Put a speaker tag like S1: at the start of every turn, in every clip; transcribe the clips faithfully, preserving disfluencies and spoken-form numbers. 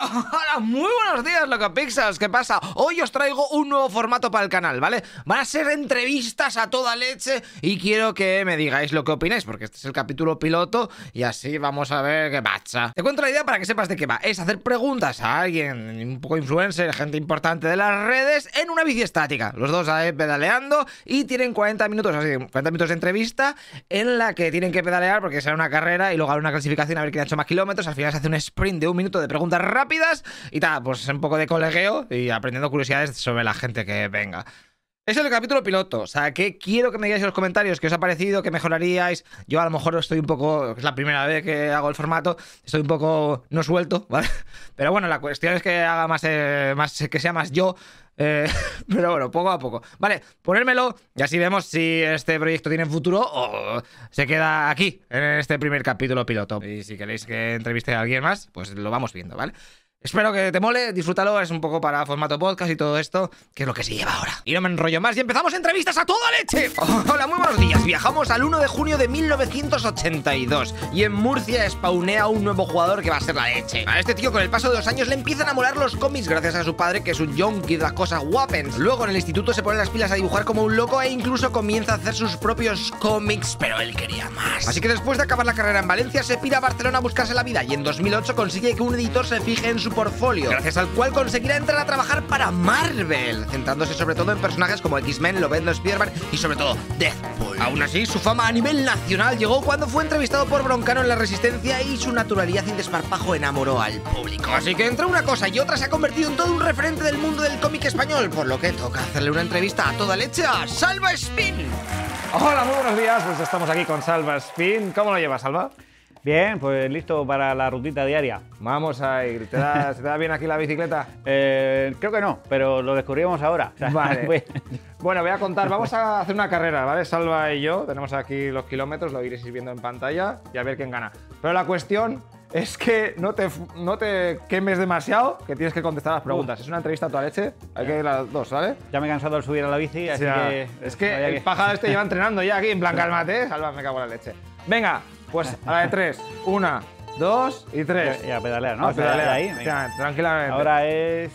S1: Hola, muy buenos días, Locopixels. ¿Qué pasa? Hoy os traigo un nuevo formato para el canal, ¿vale? Van a ser entrevistas a toda leche y quiero que me digáis lo que opináis, porque este es el capítulo piloto y así vamos a ver qué pasa. Te cuento la idea para que sepas de qué va. Es hacer preguntas a alguien, un poco influencer, gente importante de las redes, en una bici estática. Los dos ahí pedaleando y tienen cuarenta minutos, así, cuarenta minutos de entrevista en la que tienen que pedalear porque será una carrera y luego habrá una clasificación a ver quién ha hecho más kilómetros. Al final se hace un sprint de un minuto de preguntas rápidas y tal, pues un poco de colegueo y aprendiendo curiosidades sobre la gente que venga. Es el capítulo piloto, o sea, que quiero que me digáis en los comentarios qué os ha parecido, qué mejoraríais. Yo a lo mejor estoy un poco, es la primera vez que hago el formato, estoy un poco no suelto, ¿vale? Pero bueno, la cuestión es que haga más, eh, más que sea más yo. Eh, pero bueno, poco a poco. Vale, ponérmelo y así vemos si este proyecto tiene futuro o se queda aquí, en este primer capítulo piloto. Y si queréis que entreviste a alguien más, pues lo vamos viendo, ¿vale? Espero que te mole, disfrútalo, es un poco para formato podcast y todo esto, que es lo que se lleva ahora. Y no me enrollo más y empezamos entrevistas a toda leche. Hola, muy buenos días. Viajamos al uno de junio de mil novecientos ochenta y dos y en Murcia spawnea un nuevo jugador que va a ser la leche. A este tío con el paso de los años le empiezan a molar los cómics gracias a su padre, que es un yonki de las cosas guapens. Luego en el instituto se pone las pilas a dibujar como un loco e incluso comienza a hacer sus propios cómics, pero él quería más. Así que después de acabar la carrera en Valencia se pira a Barcelona a buscarse la vida y en dos mil ocho consigue que un editor se fije en su portfolio, gracias al cual conseguirá entrar a trabajar para Marvel, centrándose sobre todo en personajes como X-Men, Lobezno, Spider-Man y sobre todo Deadpool. Aún así, su fama a nivel nacional llegó cuando fue entrevistado por Broncano en La Resistencia y su naturalidad sin desparpajo enamoró al público. Así que entre una cosa y otra se ha convertido en todo un referente del mundo del cómic español, por lo que toca hacerle una entrevista a toda leche a Salva Spin. Hola, muy buenos días, pues estamos aquí con Salva Spin. ¿Cómo lo llevas, Salva?
S2: Bien, pues listo para la rutita diaria.
S1: Vamos a ir. ¿Te da, ¿se te da bien aquí la bicicleta?
S2: Eh, creo que no, pero lo descubrimos ahora. O sea,
S1: vale.
S2: pues...
S1: Bueno, voy a contar. Vamos a hacer una carrera, ¿vale? Salva y yo. Tenemos aquí los kilómetros, lo iréis viendo en pantalla y a ver quién gana. Pero la cuestión es que no te, no te quemes demasiado, que tienes que contestar las preguntas. Uh. Es una entrevista a toda leche. Hay que ir a las dos, ¿vale?
S2: Ya me he cansado de subir a la bici, así o sea, que...
S1: Es que el que... pájaro este lleva entrenando ya aquí, en plan, cálmate, ¿eh? Salva, me cago en la leche. Venga. Pues a la de tres. Una, dos y tres.
S2: Y a pedalear, ¿no?
S1: A pedalear
S2: ahí.
S1: O sea, tranquilamente.
S2: Ahora es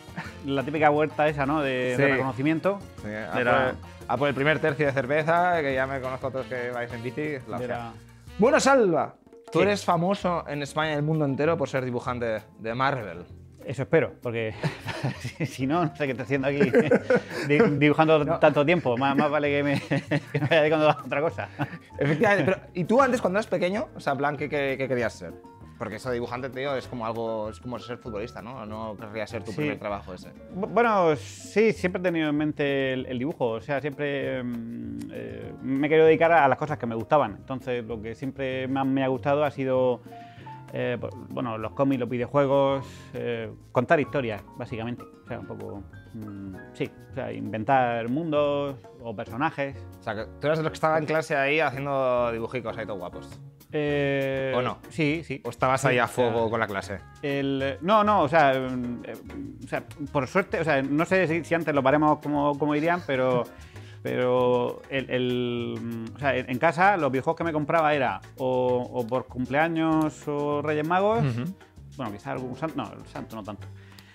S2: la típica vuelta esa, ¿no? De,
S1: sí.
S2: de reconocimiento.
S1: Sí, a,
S2: de
S1: por
S2: la...
S1: el, a por el primer tercio de cerveza, que ya me conozco a todos que vais en bici. La
S2: la...
S1: Bueno, Salva, tú
S2: sí.
S1: eres famoso en España y en el mundo entero por ser dibujante de Marvel.
S2: Eso espero, porque si no, no sé qué estoy haciendo aquí dibujando no. tanto tiempo. Más, más vale que me, que me vaya dedicando a otra cosa.
S1: Efectivamente, pero ¿y tú antes cuando eras pequeño, o sea, plan, ¿qué, qué, qué querías ser? Porque eso de dibujante, tío, es como algo, es como ser futbolista, ¿no? No querría ser tu sí. primer trabajo ese.
S2: Bueno, sí, siempre he tenido en mente el, el dibujo, o sea, siempre eh, me he querido dedicar a las cosas que me gustaban. Entonces, lo que siempre más me ha gustado ha sido... Eh, bueno, los cómics, los videojuegos, eh, contar historias, básicamente. O sea, un poco... Mmm, sí, o sea, inventar mundos o personajes.
S1: O sea, que tú eras de los que estaba en clase ahí haciendo dibujicos ahí todos guapos.
S2: Eh,
S1: ¿O no?
S2: Sí, sí.
S1: ¿O estabas
S2: sí,
S1: ahí a
S2: o
S1: fuego
S2: sea,
S1: con la clase?
S2: El, no, no, o sea, eh, o sea, por suerte, o sea, no sé si, si antes lo paremos como, como dirían, pero... Pero el, el, o sea, en casa los videojuegos que me compraba era o, o por cumpleaños o Reyes Magos, uh-huh. bueno, quizás algún santo, no, el santo no tanto,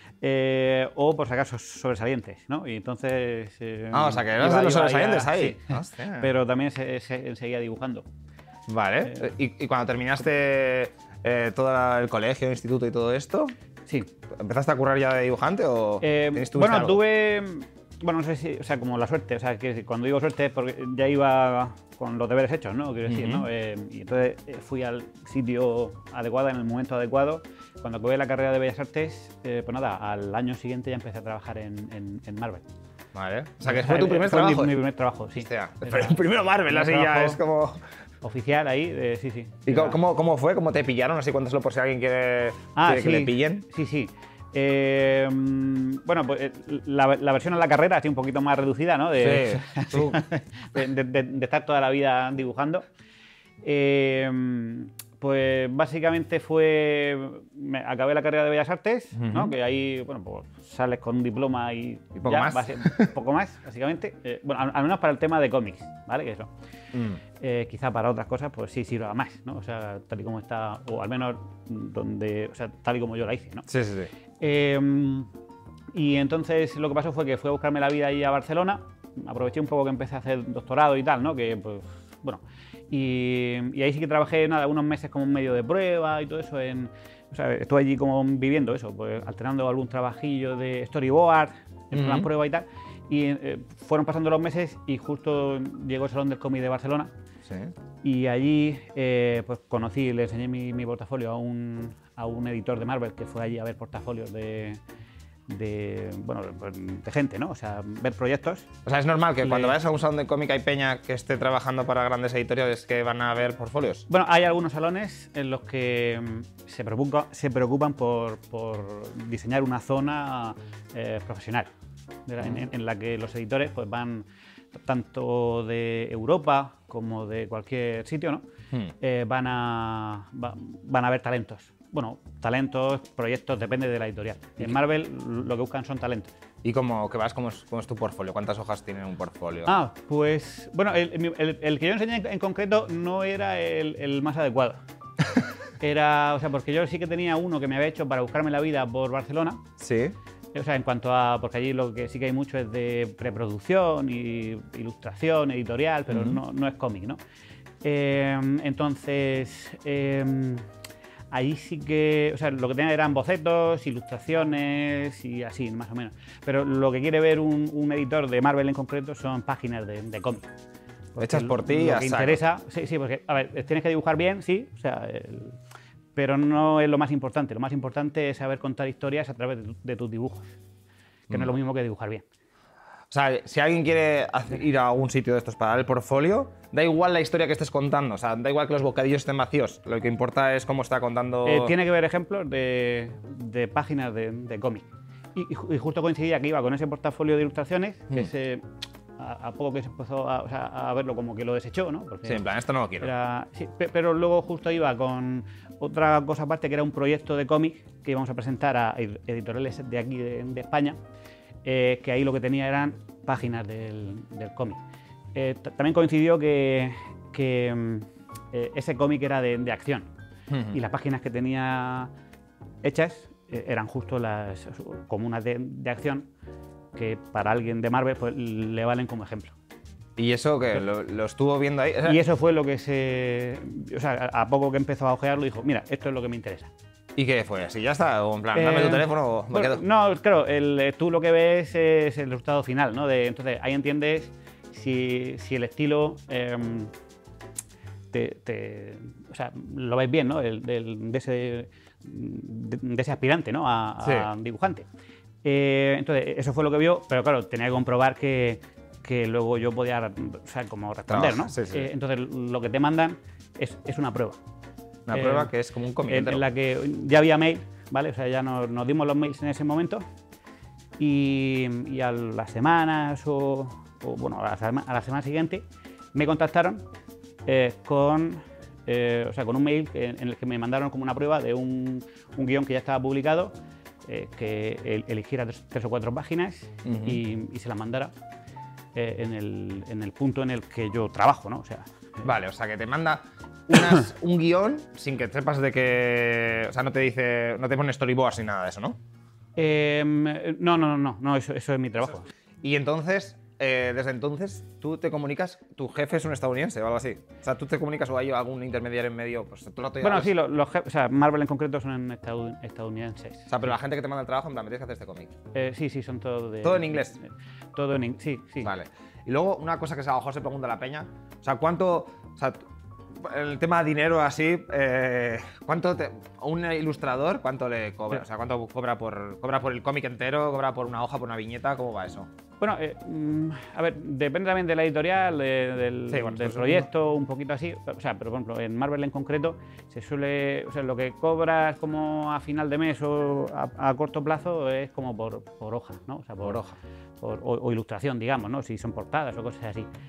S2: eh, o por si acaso sobresalientes, ¿no? Y entonces... Eh,
S1: ah, o sea, que eras de los sobresalientes a, ahí.
S2: Sí.
S1: Hostia.
S2: Pero también se, se, seguía dibujando.
S1: Vale. Eh, ¿Y, ¿Y cuando terminaste eh, todo el colegio, el instituto y todo esto?
S2: Sí.
S1: ¿Empezaste a currar ya de dibujante o...?
S2: Eh, bueno, algo? tuve... Bueno, no sé si, o sea, como la suerte, o sea, que cuando digo suerte es porque ya iba con los deberes hechos, ¿no? Quiero decir, uh-huh. ¿no? Eh, y entonces fui al sitio adecuado, en el momento adecuado. Cuando acabé la carrera de Bellas Artes, eh, pues nada, al año siguiente ya empecé a trabajar en, en, en Marvel.
S1: Vale. O sea, que fue tu primer
S2: fue
S1: trabajo.
S2: Mi, mi primer trabajo, sí.
S1: Hostia, pero el primero Marvel, así ya es como...
S2: Oficial ahí, eh, sí, sí.
S1: ¿Y cómo, cómo, cómo fue? ¿Cómo te pillaron? Así, cuéntaselo por si alguien quiere,
S2: ah,
S1: quiere
S2: sí,
S1: que le pillen.
S2: Sí, sí. Eh, bueno, pues la, la versión en la carrera así un poquito más reducida, ¿no? De,
S1: sí.
S2: de, de, de estar toda la vida dibujando. Eh, Pues básicamente fue, me acabé la carrera de Bellas Artes,
S1: Uh-huh.
S2: ¿no? Que ahí, bueno, pues sales con un diploma y,
S1: ¿Y poco
S2: ya,
S1: más?
S2: basi- poco más, básicamente. Eh, bueno, al, al menos para el tema de cómics, ¿vale? Que eso.
S1: Mm.
S2: Eh, quizá para otras cosas, pues sí sirva más, ¿no? O sea, tal y como está, o al menos donde, o sea, tal y como yo la hice, ¿no?
S1: Sí, sí, sí.
S2: Eh, y entonces lo que pasó fue que fui a buscarme la vida ahí a Barcelona, aproveché un poco que empecé a hacer doctorado y tal, ¿no? Que, pues, bueno, y, y ahí sí que trabajé, nada, unos meses como un medio de prueba y todo eso en... O sea, estuve allí como viviendo eso, pues alternando algún trabajillo de storyboard, en plan
S1: Ujú.
S2: prueba y tal. Y eh, fueron pasando los meses y justo llegó el Salón del Cómic de Barcelona.
S1: Sí.
S2: Y allí pues pues conocí, le enseñé mi, mi portafolio a un, a un editor de Marvel que fue allí a ver portafolios de, de, bueno, de gente, ¿no? O sea, ver proyectos.
S1: O sea, es normal que
S2: Le-
S1: cuando vayas a un salón de cómic hay peña que esté trabajando para grandes editoriales que van a ver portfolios.
S2: Bueno, hay algunos salones en los que mm, se preocupan, se preocupan por, por diseñar una zona eh, profesional, de la- en, en la que los editores pues van tanto de Europa como de cualquier sitio, ¿no?
S1: Hmm.
S2: Eh, van, a, va- van a ver talentos. Bueno, talentos, proyectos, depende de la editorial. En Marvel lo que buscan son talentos.
S1: ¿Y cómo que vas? ¿Cómo es, cómo es tu portfolio? ¿Cuántas hojas tiene un portfolio?
S2: Ah, pues bueno, el, el- el que yo enseñé en, en concreto no era el, el más adecuado. Era, o sea, porque yo sí que tenía uno que me había hecho para buscarme la vida por Barcelona.
S1: Sí.
S2: O sea, en cuanto a, porque allí lo que sí que hay mucho es de preproducción y ilustración, editorial, pero
S1: Ujú.
S2: no, no es cómic, ¿no? Eh, entonces, eh, ahí sí que, o sea, lo que tenía eran bocetos, ilustraciones y así, más o menos. Pero lo que quiere ver un, un editor de Marvel en concreto son páginas de, de cómic. Porque
S1: Hechas por ti y
S2: Lo
S1: a
S2: que
S1: saco.
S2: interesa, sí, sí, porque, a ver, tienes que dibujar bien, sí, o sea, el- pero no es lo más importante. Lo más importante es saber contar historias a través de, tu- de tus dibujos, que no es lo mismo que dibujar bien.
S1: O sea, si alguien quiere hacer- ir a algún sitio de estos para ver el portfolio, da igual la historia que estés contando. O sea, da igual que los bocadillos estén vacíos. Lo que importa es cómo está contando.
S2: Eh, tiene que ver ejemplos de, de páginas de, de cómic. Y, y ju- y justo coincidía que iba con ese portafolio de ilustraciones, que
S1: Mm.
S2: se, a, a poco que se empezó a, o sea, a verlo como que lo desechó, ¿no? Porque
S1: Sí, en plan, esto no lo quiero.
S2: era- sí, pe- pero luego justo iba con otra cosa aparte, que era un proyecto de cómic que íbamos a presentar a ed- editoriales de aquí de, de España, eh, que ahí lo que tenía eran páginas del, del cómic. Eh, t- también coincidió que, que, mm, eh, ese cómic era de, de acción
S1: Ujú.
S2: y las páginas que tenía hechas eh, eran justo las comunas de, de acción que para alguien de Marvel pues, le valen como ejemplo.
S1: ¿Y eso qué? ¿Lo, lo estuvo viendo ahí? O sea,
S2: Y eso fue lo que se... O sea, a a poco que empezó a ojearlo dijo, mira, esto es lo que me interesa.
S1: ¿Y qué fue? ¿Así ya está? ¿O en plan, dame
S2: Eh,
S1: tu teléfono o me
S2: bueno,
S1: quedo?
S2: no, claro, el- eh, tú lo que ves es el resultado final, ¿no? De, entonces ahí entiendes si, si el estilo em, te, te- o sea, lo ves bien, ¿no? El- del- de, ese, de, de ese aspirante, ¿no? A, a dibujante. Eh, entonces eso fue lo que vio, pero claro, tenía que comprobar que, que luego yo podía, o sea, como responder,
S1: Trabaja,
S2: ¿no?
S1: sí, sí.
S2: Eh, entonces lo que te mandan es, es una prueba.
S1: Una
S2: eh,
S1: prueba que es como un cómic
S2: en,
S1: entero.
S2: en la que ya había mail, ¿vale? O sea, ya nos, nos dimos los mails en ese momento y, y a las semanas o, o, bueno, a la, sema- a la semana siguiente me contactaron eh, con, eh, o sea, con un mail en, en el que me mandaron como una prueba de un, un guión que ya estaba publicado, eh, que el- eligiera tres, tres o cuatro páginas
S1: Ujú.
S2: y, y se las mandara eh, en, el, en el punto en el que yo trabajo, ¿no? O sea,
S1: Vale, o sea, que te manda unas- un guión sin que sepas de que... O sea, no te dice... No te pone storyboards ni nada de eso, ¿no?
S2: eh, no, no, no, no, no, eso, eso es mi trabajo.
S1: Y entonces, eh, desde entonces, tú te comunicas... Tu jefe es un estadounidense o algo así. O sea, tú te comunicas o hay algún intermediario en medio... Pues tú lo te
S2: Bueno,
S1: hablas.
S2: sí, los, los jef- o sea, Marvel en concreto son estadu- estadounidenses.
S1: O sea, pero la gente que te manda el trabajo, en plan, me tienes que hacer este cómic.
S2: Eh, sí, sí, son todo de...
S1: ¿Todo en inglés?
S2: eh, todo en inglés, sí, sí.
S1: Vale. Y luego, una cosa que a lo mejor se pregunta la peña. O sea, ¿cuánto... O sea, el tema de dinero así, eh, ¿cuánto te, un ilustrador, cuánto le cobra? O sea, ¿cuánto cobra por, cobra por el cómic entero? ¿Cobra por una hoja, por una viñeta? ¿Cómo va eso?
S2: Bueno, eh, mm, a ver, depende también de la editorial, de- del,
S1: Sí, bueno,
S2: del
S1: pues,
S2: proyecto, un poquito así. O sea, pero por ejemplo, en Marvel en concreto, se suele. O sea, lo que cobras como a final de mes o a, a corto plazo es como por, por hoja, ¿no? O sea, por,
S1: Por hoja.
S2: por- o, o ilustración, digamos, ¿no? Si son portadas o cosas así.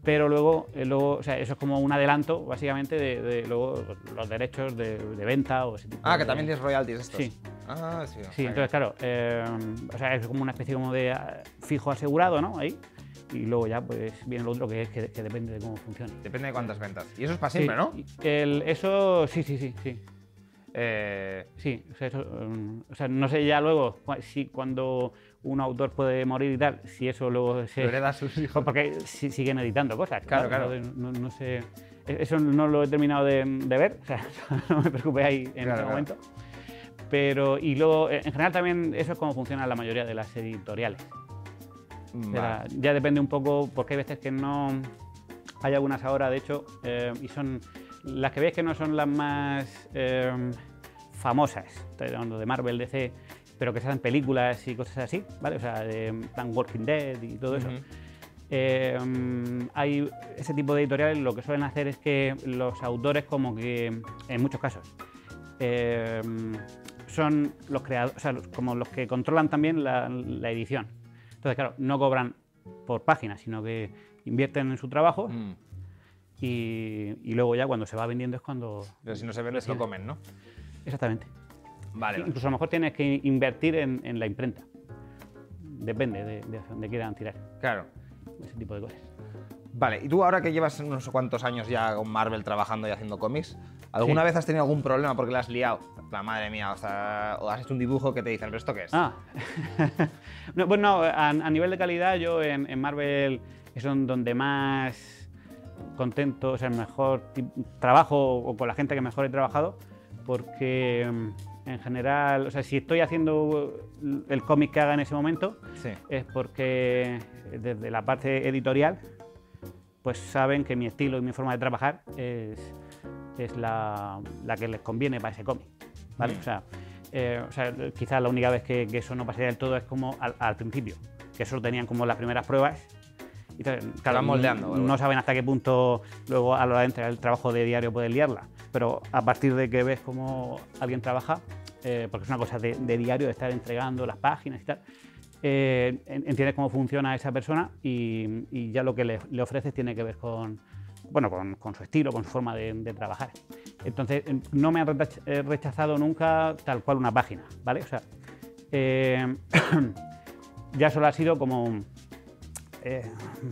S2: pero luego, eh, luego o sea, eso es como un adelanto, básicamente, de, de luego los derechos de, de venta o ese tipo
S1: Ah,
S2: de...
S1: que también tienes royalties estos.
S2: Sí.
S1: Ah, sí.
S2: Sí, entonces, claro, eh, o sea, es como una especie como de eh, fijo asegurado, ¿no? Ahí. Y luego ya pues viene lo otro que es que, que depende de cómo funcione.
S1: Depende de cuántas ventas. Y eso es para siempre,
S2: Sí,
S1: ¿no?
S2: el, eso, sí, sí, sí, sí.
S1: Eh,
S2: Sí, o sea, eso, um, o sea, no sé ya luego cua- si cuando un autor puede morir y tal, si eso luego se...
S1: Lo hereda a sus hijos.
S2: Porque si- siguen editando cosas.
S1: Claro, claro.
S2: entonces No, no sé... e- Eso no lo he terminado de, de ver, o sea, no me preocupé ahí en
S1: Claro,
S2: ese
S1: claro.
S2: momento. Pero, y luego, en general también eso es como funciona la mayoría de las editoriales. O sea,
S1: Vale.
S2: ya depende un poco, porque hay veces que no... Hay algunas ahora, de hecho, eh, y son... Las que veis que no son las más eh, famosas, estoy hablando de Marvel, D C, pero que se hacen películas y cosas así, ¿vale? O sea, de plan Walking Dead y todo eso.
S1: Ujú.
S2: Eh, hay ese tipo de editoriales, lo que suelen hacer es que los autores, como que, en muchos casos, eh, son los creadores, o sea, los- como los que controlan también la, la edición. Entonces, claro, no cobran por página, sino que invierten en su trabajo
S1: Mm.
S2: y, y luego ya cuando se va vendiendo es cuando...
S1: Pero si no se vende, se lo comen, ¿no?
S2: Exactamente.
S1: Vale, vale.
S2: Incluso a lo mejor tienes que invertir en, en la imprenta. Depende de, de dónde quieran tirar,
S1: Claro.
S2: ese tipo de cosas.
S1: Vale, y tú ahora que llevas unos cuantos años ya con Marvel trabajando y haciendo cómics, ¿alguna
S2: Sí.
S1: vez has tenido algún problema porque la has liado? La madre mía, o sea, o has hecho un dibujo que te dicen, ¿pero esto qué es?
S2: Ah, no, pues no, a, a nivel de calidad yo en, en Marvel es don- donde más contento, o sea, el mejor ti- trabajo o con la gente que mejor he trabajado, porque mm, en general, o sea, si estoy haciendo el cómic que haga en ese momento,
S1: Sí.
S2: es porque desde la parte editorial pues saben que mi estilo y mi forma de trabajar es, es la, la que les conviene para ese cómic, ¿vale?
S1: Mm.
S2: O sea, eh, o sea, quizás la única vez que, que eso no pasaría del todo es como al, al principio, que eso lo tenían como las primeras pruebas. Y entonces, claro,
S1: van moldeando,
S2: no,
S1: algo.
S2: no saben hasta qué punto luego a la hora de entregar el trabajo de diario pueden liarla, pero a partir de que ves cómo alguien trabaja, eh, porque es una cosa de, de diario, de estar entregando las páginas y tal, eh, en- entiendes cómo funciona esa persona y, y ya lo que le, le ofreces tiene que ver con, bueno, con, con su estilo, con su forma de, de trabajar. Entonces, eh, no me han retach- eh, rechazado nunca tal cual una página, ¿vale? O sea, eh, ya solo ha sido como eh,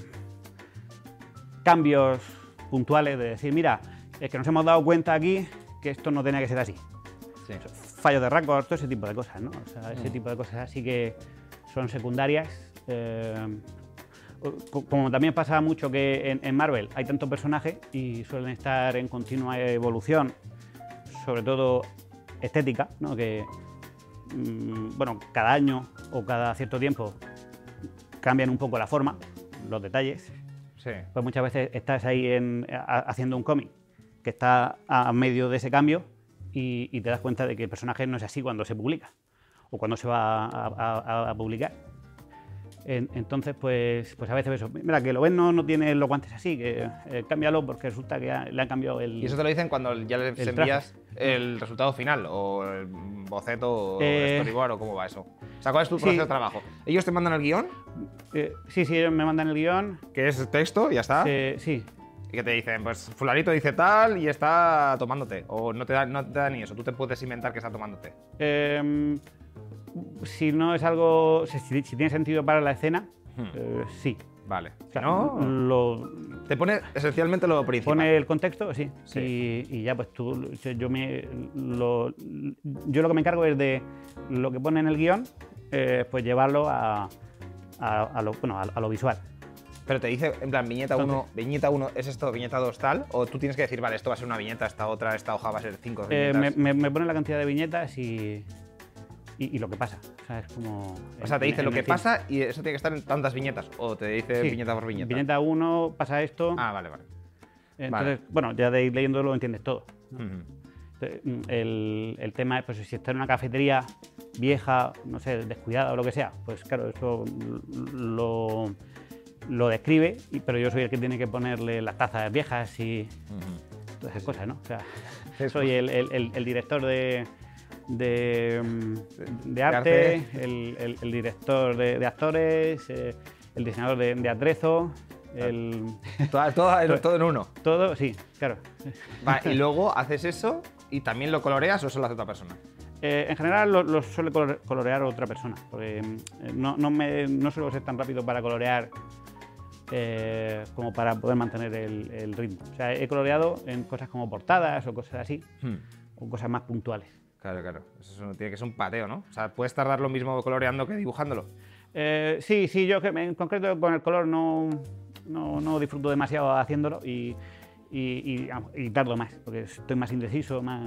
S2: cambios puntuales de decir, mira, es que nos hemos dado cuenta aquí que esto no tenía que ser así.
S1: Sí.
S2: Fallos de récord, todo ese tipo de cosas, ¿no? O sea, ese
S1: Mm.
S2: tipo de cosas así que son secundarias. eh, co- como también pasa mucho que en, en Marvel hay tantos personajes y suelen estar en continua evolución, sobre todo estética, ¿no? Que, mm, bueno, cada año o cada cierto tiempo cambian un poco la forma, los detalles.
S1: Sí.
S2: Pues muchas veces estás ahí en- ha- haciendo un cómic que está a medio de ese cambio y, y te das cuenta de que el personaje no es así cuando se publica o cuando se va a, a- a publicar. En- entonces, pues, pues a veces eso, mira, que lo ven no, no tiene los guantes así, que eh, cámbialo porque resulta que ha- le han cambiado el...
S1: Y eso te lo dicen cuando ya les
S2: el
S1: envías el resultado final, o el boceto, o
S2: Eh,
S1: storyboard, o cómo va eso. O sea, ¿cuál es tu
S2: sí.
S1: proceso de trabajo? Ellos te mandan el guión,
S2: Eh, sí, sí, ellos me mandan el guión.
S1: que es texto, y ya está.
S2: eh, sí,
S1: Y que te dicen, pues fulanito dice tal y está tomándote. O no te da, no te da ni eso, tú te puedes inventar que está tomándote.
S2: Eh, si no es algo, si, si tiene sentido para la escena,
S1: Hmm.
S2: eh, sí.
S1: Vale.
S2: O sea,
S1: no,
S2: lo,
S1: te pone esencialmente lo principal.
S2: pone el contexto, sí,
S1: Sí.
S2: Y, y ya pues tú, yo, yo me, lo, yo lo que me encargo es de lo que pone en el guión, eh, pues llevarlo a, a, a lo, bueno, a, a lo visual.
S1: Pero te dice, en plan, viñeta
S2: Entonces-
S1: uno, viñeta uno es esto, viñeta dos tal, o tú tienes que decir, vale, esto va a ser una viñeta, esta otra, esta hoja va a ser cinco
S2: Eh,
S1: viñetas.
S2: me, me, me pone la cantidad de viñetas y, y, y lo que pasa. O sea, es como...
S1: O sea, te
S2: en-
S1: dice
S2: en
S1: lo
S2: el
S1: que
S2: cine.
S1: pasa y eso tiene que estar en tantas viñetas. O te dice
S2: Sí,
S1: viñeta por viñeta.
S2: Viñeta uno pasa esto.
S1: Ah, vale, vale.
S2: Entonces, bueno, ya de ir leyéndolo lo entiendes todo.
S1: Ujú.
S2: Entonces, mm, El, el tema es, pues si está en una cafetería vieja, no sé, descuidada o lo que sea, pues claro, eso lo, lo describe, y- pero yo soy el que tiene que ponerle las tazas viejas y
S1: Ujú.
S2: todas esas cosas, ¿no? O sea,
S1: Sí,
S2: soy el, el- el- el director de, de, mm, de arte,
S1: arte.
S2: El, el- el director de, de actores, eh, el diseñador de, de atrezo, El...
S1: Todo, todo, todo en uno.
S2: Todo, sí, claro.
S1: Vale, y luego haces eso y también lo coloreas o eso lo hace otra persona.
S2: Eh, en general lo, lo suele colorear otra persona, porque eh, no, no, me, no suelo ser tan rápido para colorear eh, como para poder mantener el, el ritmo. O sea, he coloreado en cosas como portadas o cosas así, hmm. o cosas más puntuales.
S1: Claro, claro. Eso tiene que ser un pateo, ¿no? O sea, ¿puedes tardar lo mismo coloreando que dibujándolo?
S2: Eh, sí, sí, yo que en concreto con el color no, no, no disfruto demasiado haciéndolo y, y, y, y tardo más, porque estoy más indeciso, más,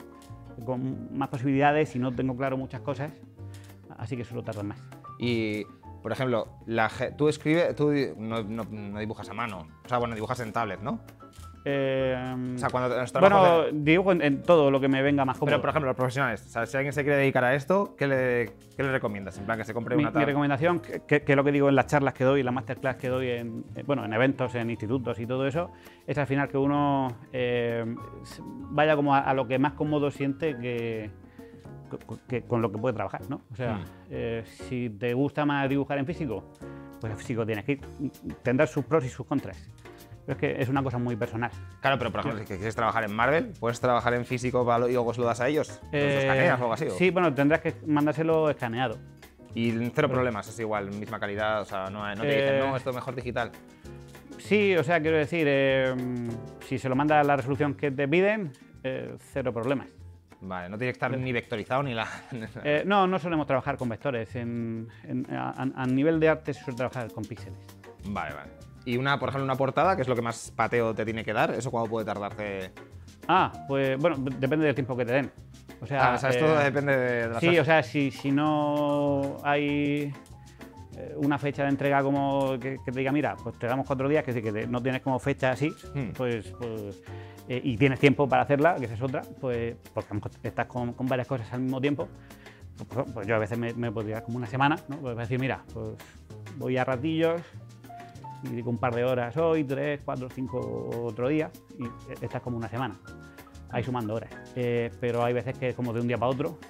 S2: con más posibilidades y no tengo claro muchas cosas, así que suelo tardar más.
S1: Y, por ejemplo, la, tú escribes, tú no, no, no dibujas a mano, o sea, bueno, dibujas en tablet, ¿no?
S2: Eh,
S1: o sea, cuando los
S2: bueno,
S1: de...
S2: dibujo en, en todo lo que me venga más cómodo.
S1: Pero, por ejemplo, los profesionales, o sea, si alguien se quiere dedicar a esto, ¿qué le, qué le recomiendas? En plan, que se compre
S2: mi,
S1: una tablet.
S2: Mi recomendación, que, que es lo que digo en las charlas que doy, en las masterclass que doy, en, bueno, en eventos, en institutos y todo eso, es al final que uno eh, vaya como a, a lo que más cómodo siente que, que, con lo que puede trabajar, ¿no? O sea, mm. eh, si te gusta más dibujar en físico, pues en físico tienes que ir. Tendrás sus pros y sus contras. Pero es que es una cosa muy personal.
S1: Claro, pero por ejemplo, si quieres trabajar en Marvel, ¿puedes trabajar en físico y luego se lo das a ellos? ¿Los eh, escaneas o algo así? ¿o?
S2: Sí, bueno, tendrás que mandárselo escaneado.
S1: Y cero pero, problemas, es igual, misma calidad, o sea, no, no te eh, dicen, no, esto es mejor digital.
S2: Sí, o sea, quiero decir, eh, si se lo manda a la resolución que te piden, eh, cero problemas.
S1: Vale, no tiene que estar ni vectorizado ni la...
S2: eh, no, no solemos trabajar con vectores. En, en, a, a nivel de arte se suele trabajar con píxeles.
S1: Vale, vale. Y una, por ejemplo, una portada, que es lo que más pateo te tiene que dar, ¿eso cuándo puede tardarte?
S2: Ah, pues bueno, depende del tiempo que te den. O sea,
S1: ah, o sea esto eh, depende de, de la
S2: Sí, o sea, si, si no hay una fecha de entrega como que, que te diga, mira, pues te damos cuatro días, que sí, que te, no tienes como fecha así, hmm. pues, pues eh, y tienes tiempo para hacerla, que esa es otra, pues porque a lo mejor estás con, con varias cosas al mismo tiempo, pues, pues yo a veces me, me podría como una semana, ¿no? Pues decir, mira, pues voy a ratillos, y digo un par de horas hoy, tres, cuatro, cinco otro día, y estás como una semana, ahí sumando horas. Eh, pero hay veces que es como de un día para otro,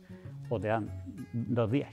S2: o te dan dos días.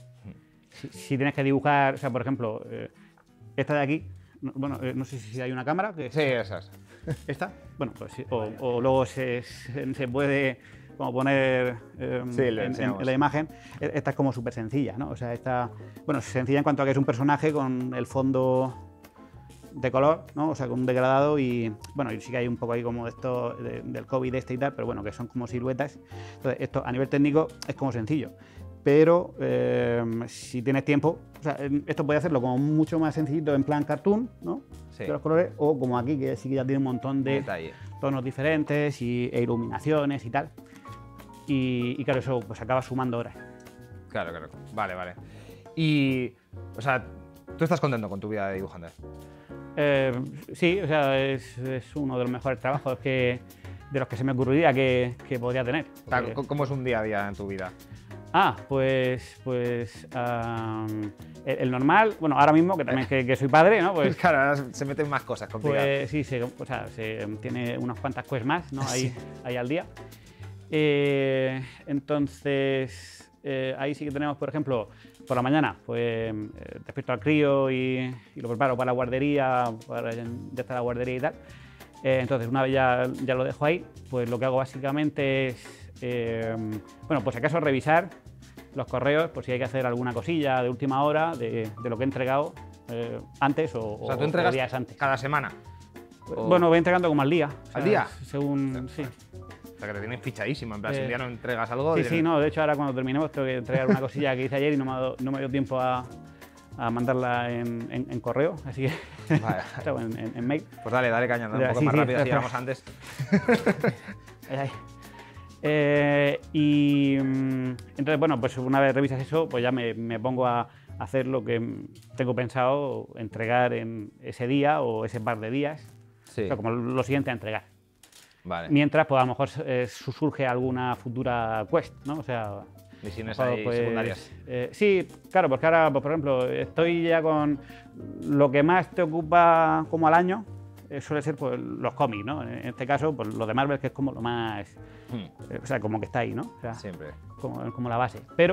S2: Si, si tienes que dibujar, o sea, por ejemplo, eh, esta de aquí, no, bueno, eh, no sé si hay una cámara. Que
S1: sí, esas.
S2: ¿Esta? Bueno, pues sí, o, o luego se, se, se puede como poner eh,
S1: sí,
S2: en, en, en la imagen. Esta es como súper sencilla, ¿no? O sea, esta, bueno, sencilla en cuanto a que es un personaje con el fondo de color, ¿no? O sea, con un degradado y, bueno, y sí que hay un poco ahí como de esto, de, del COVID este y tal, pero bueno, que son como siluetas. Entonces, esto a nivel técnico es como sencillo. Pero eh, si tienes tiempo, o sea, esto puede hacerlo como mucho más sencillito en plan cartoon, ¿no?
S1: Sí.
S2: De los colores, o como aquí, que sí que ya tiene un montón de
S1: detalle,
S2: tonos diferentes y, e iluminaciones y tal. Y, y claro, eso pues acaba sumando horas.
S1: Claro, claro. Vale, vale. Y, o sea, ¿tú estás contento con tu vida de dibujante?
S2: Eh, sí, o sea, es, es uno de los mejores trabajos que, de los que se me ocurriría que, que podría tener.
S1: Porque... ¿Cómo es un día a día en tu vida?
S2: Ah, pues, pues um, el, el normal, bueno, ahora mismo que también que, que soy padre, ¿no? Pues
S1: claro, ahora se meten más cosas complicadas.
S2: Pues sí, se, o sea, se tiene unas cuantas quests más, ¿no? Ahí, sí. ahí al día. Eh, entonces, eh, ahí sí que tenemos, por ejemplo, por la mañana, pues eh, despierto al crío y, y lo preparo para la guardería, para ya está la guardería y tal. Eh, entonces, una vez ya, ya lo dejo ahí, pues lo que hago básicamente es, eh, bueno, pues acaso revisar los correos, por si hay que hacer alguna cosilla de última hora de, de lo que he entregado eh, antes o,
S1: o sea, ¿tú entregas
S2: o días antes.
S1: Cada semana?
S2: O... Bueno, voy entregando como al día.
S1: ¿Al sea, día?
S2: Según, sí.
S1: O sea, que te tienes fichadísimo, en plan, eh, si un día no entregas algo...
S2: Sí,
S1: diré...
S2: sí, no, de hecho ahora cuando terminemos tengo que entregar una cosilla que hice ayer y no me, ha, no me dio tiempo a, a mandarla en, en, en correo, así que... Vale. en, en, en mail.
S1: Pues dale, dale caña, un poco
S2: sí,
S1: más
S2: sí,
S1: rápido, así llegamos antes.
S2: Ahí, ahí. Eh, y entonces, bueno, pues una vez revisas eso, pues ya me, me pongo a hacer lo que tengo pensado entregar en ese día o ese par de días,
S1: sí.
S2: O sea, como lo siguiente a entregar.
S1: Vale.
S2: Mientras, pues a lo mejor eh, surge alguna futura quest, ¿no? O sea,
S1: misiones
S2: mejor,
S1: ahí
S2: pues,
S1: secundarias.
S2: Eh, sí, claro, porque ahora, pues, por ejemplo, estoy ya con lo que más te ocupa como al año. Suele ser pues, los cómics, ¿no? En este caso, pues, lo de Marvel, que es como lo más... Hmm. Eh, o sea, como que está ahí, ¿no? O sea,
S1: siempre.
S2: Como, como la base. Pero